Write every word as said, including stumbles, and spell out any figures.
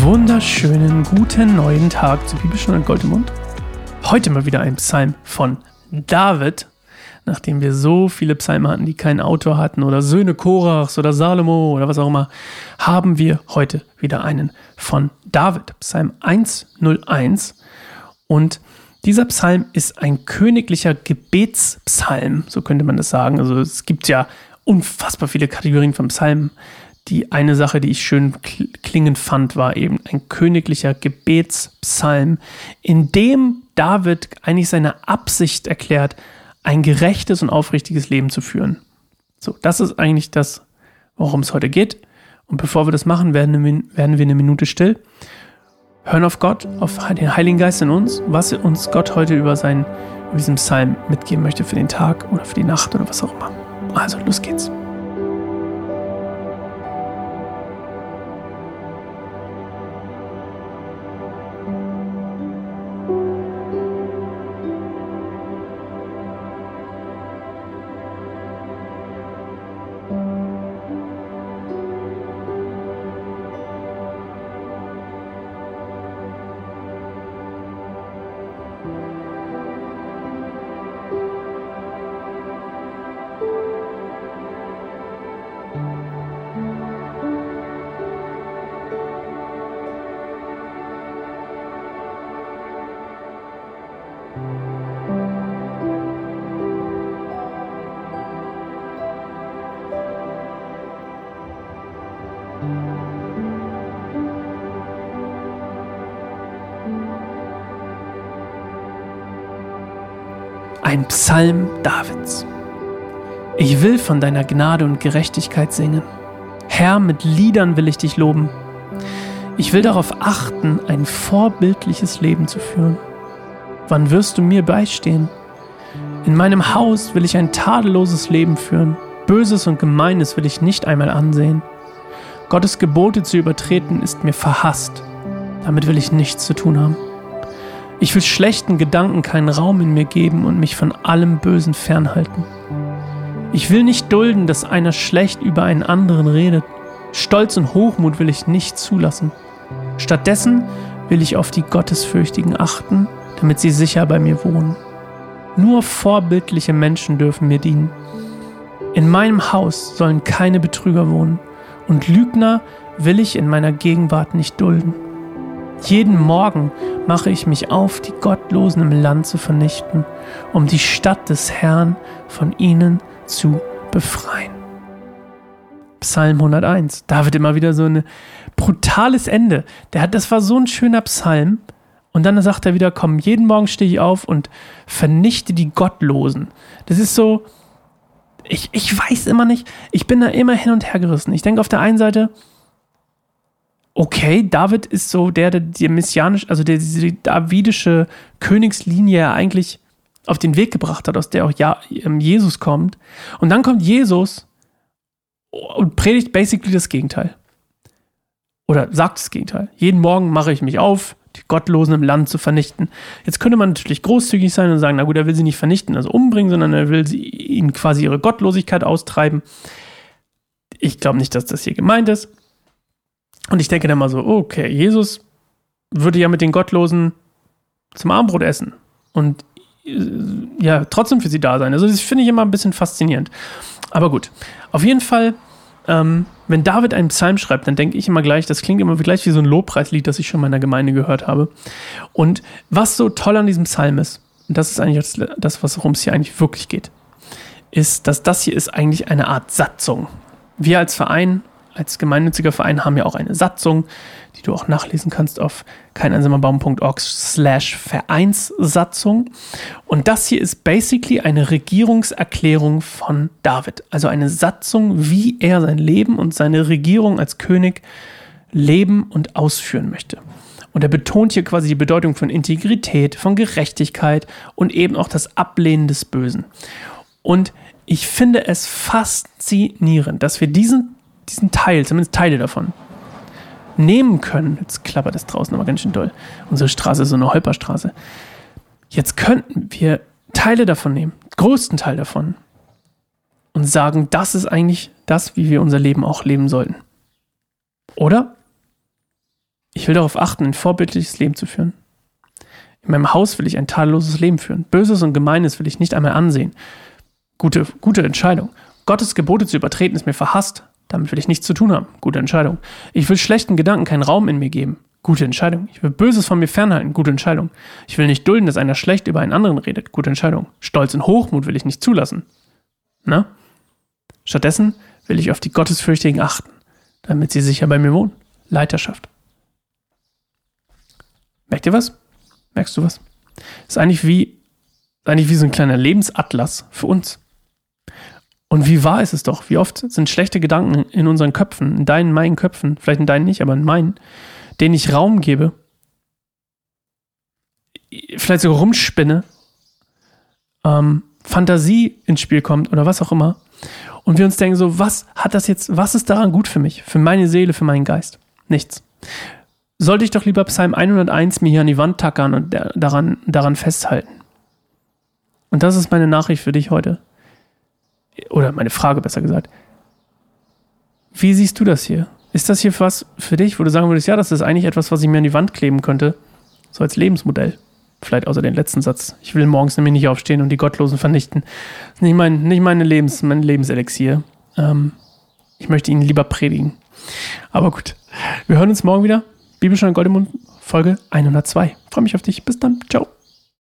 wunderschönen guten neuen Tag zu Bibelstunde und Gold im Mund. Heute mal wieder ein Psalm von David, nachdem wir so viele Psalme hatten, die keinen Autor hatten oder Söhne Korachs oder Salomo oder was auch immer, haben wir heute wieder einen von David, Psalm hunderteins. Und dieser Psalm ist ein königlicher Gebetspsalm, so könnte man das sagen. Also es gibt ja unfassbar viele Kategorien von Psalmen. Die eine Sache, die ich schön klingend fand, war eben ein königlicher Gebetspsalm, in dem David eigentlich seine Absicht erklärt, ein gerechtes und aufrichtiges Leben zu führen. So, das ist eigentlich das, worum es heute geht. Und bevor wir das machen, werden wir, werden wir eine Minute still, hören auf Gott, auf den Heiligen Geist in uns, was uns Gott heute über, seinen, über diesen Psalm mitgeben möchte für den Tag oder für die Nacht oder was auch immer. Also, los geht's. Ein Psalm Davids. Ich will von deiner Gnade und Gerechtigkeit singen. Herr, mit Liedern will ich dich loben. Ich will darauf achten, ein vorbildliches Leben zu führen. Wann wirst du mir beistehen? In meinem Haus will ich ein tadelloses Leben führen. Böses und Gemeines will ich nicht einmal ansehen. Gottes Gebote zu übertreten ist mir verhasst. Damit will ich nichts zu tun haben. Ich will schlechten Gedanken keinen Raum in mir geben und mich von allem Bösen fernhalten. Ich will nicht dulden, dass einer schlecht über einen anderen redet. Stolz und Hochmut will ich nicht zulassen. Stattdessen will ich auf die Gottesfürchtigen achten, damit sie sicher bei mir wohnen. Nur vorbildliche Menschen dürfen mir dienen. In meinem Haus sollen keine Betrüger wohnen und Lügner will ich in meiner Gegenwart nicht dulden. Jeden Morgen mache ich mich auf, die Gottlosen im Land zu vernichten, um die Stadt des Herrn von ihnen zu befreien. Psalm hunderteins. David immer wieder so ein brutales Ende. Der hat, das war so ein schöner Psalm. Und dann sagt er wieder, komm, jeden Morgen stehe ich auf und vernichte die Gottlosen. Das ist so, ich, ich weiß immer nicht, ich bin da immer hin und her gerissen. Ich denke auf der einen Seite, okay, David ist so der, der die messianisch, also der diese davidische Königslinie ja eigentlich auf den Weg gebracht hat, aus der auch ja, Jesus kommt. Und dann kommt Jesus und predigt basically das Gegenteil. Oder sagt das Gegenteil. Jeden Morgen mache ich mich auf, die Gottlosen im Land zu vernichten. Jetzt könnte man natürlich großzügig sein und sagen, na gut, er will sie nicht vernichten, also umbringen, sondern er will sie, ihnen quasi ihre Gottlosigkeit austreiben. Ich glaube nicht, dass das hier gemeint ist. Und ich denke dann mal so, okay, Jesus würde ja mit den Gottlosen zum Abendbrot essen und ja, trotzdem für sie da sein. Also das finde ich immer ein bisschen faszinierend. Aber gut, auf jeden Fall, ähm, wenn David einen Psalm schreibt, dann denke ich immer gleich, das klingt immer gleich wie so ein Lobpreislied, das ich schon in meiner Gemeinde gehört habe. Und was so toll an diesem Psalm ist, und das ist eigentlich das, worum es hier eigentlich wirklich geht, ist, dass das hier ist eigentlich eine Art Satzung. Wir als Verein, als gemeinnütziger Verein haben ja auch eine Satzung, die du auch nachlesen kannst auf keineinsamerbaum punkt org slash Vereinssatzung. Und das hier ist basically eine Regierungserklärung von David. Also eine Satzung, wie er sein Leben und seine Regierung als König leben und ausführen möchte. Und er betont hier quasi die Bedeutung von Integrität, von Gerechtigkeit und eben auch das Ablehnen des Bösen. Und ich finde es faszinierend, dass wir diesen diesen Teil, zumindest Teile davon, nehmen können. Jetzt klappert es draußen aber ganz schön doll. Unsere Straße ist so eine Holperstraße. Jetzt könnten wir Teile davon nehmen, den größten Teil davon, und sagen, das ist eigentlich das, wie wir unser Leben auch leben sollten. Oder? Ich will darauf achten, ein vorbildliches Leben zu führen. In meinem Haus will ich ein tadelloses Leben führen. Böses und Gemeines will ich nicht einmal ansehen. Gute, gute Entscheidung. Gottes Gebote zu übertreten ist mir verhasst. Damit will ich nichts zu tun haben. Gute Entscheidung. Ich will schlechten Gedanken keinen Raum in mir geben. Gute Entscheidung. Ich will Böses von mir fernhalten. Gute Entscheidung. Ich will nicht dulden, dass einer schlecht über einen anderen redet. Gute Entscheidung. Stolz und Hochmut will ich nicht zulassen. Na? Stattdessen will ich auf die Gottesfürchtigen achten, damit sie sicher bei mir wohnen. Leiterschaft. Merkt ihr was? Merkst du was? Ist eigentlich wie, eigentlich wie so ein kleiner Lebensatlas für uns. Und wie wahr ist es doch? Wie oft sind schlechte Gedanken in unseren Köpfen, in deinen, meinen Köpfen, vielleicht in deinen nicht, aber in meinen, denen ich Raum gebe, vielleicht sogar rumspinne, ähm, Fantasie ins Spiel kommt oder was auch immer. Und wir uns denken so, was hat das jetzt, was ist daran gut für mich, für meine Seele, für meinen Geist? Nichts. Sollte ich doch lieber Psalm hunderteins mir hier an die Wand tackern und daran, daran festhalten. Und das ist meine Nachricht für dich heute. Oder meine Frage besser gesagt. Wie siehst du das hier? Ist das hier was für dich, wo du sagen würdest, ja, das ist eigentlich etwas, was ich mir an die Wand kleben könnte, so als Lebensmodell? Vielleicht außer den letzten Satz. Ich will morgens nämlich nicht aufstehen und die Gottlosen vernichten. Das ist nicht mein, nicht meine Lebens, mein Lebenselixier. Ähm, ich möchte ihn lieber predigen. Aber gut, wir hören uns morgen wieder. Bibelstunde Gold im Mund, Folge hundertzwei. Freue mich auf dich. Bis dann. Ciao.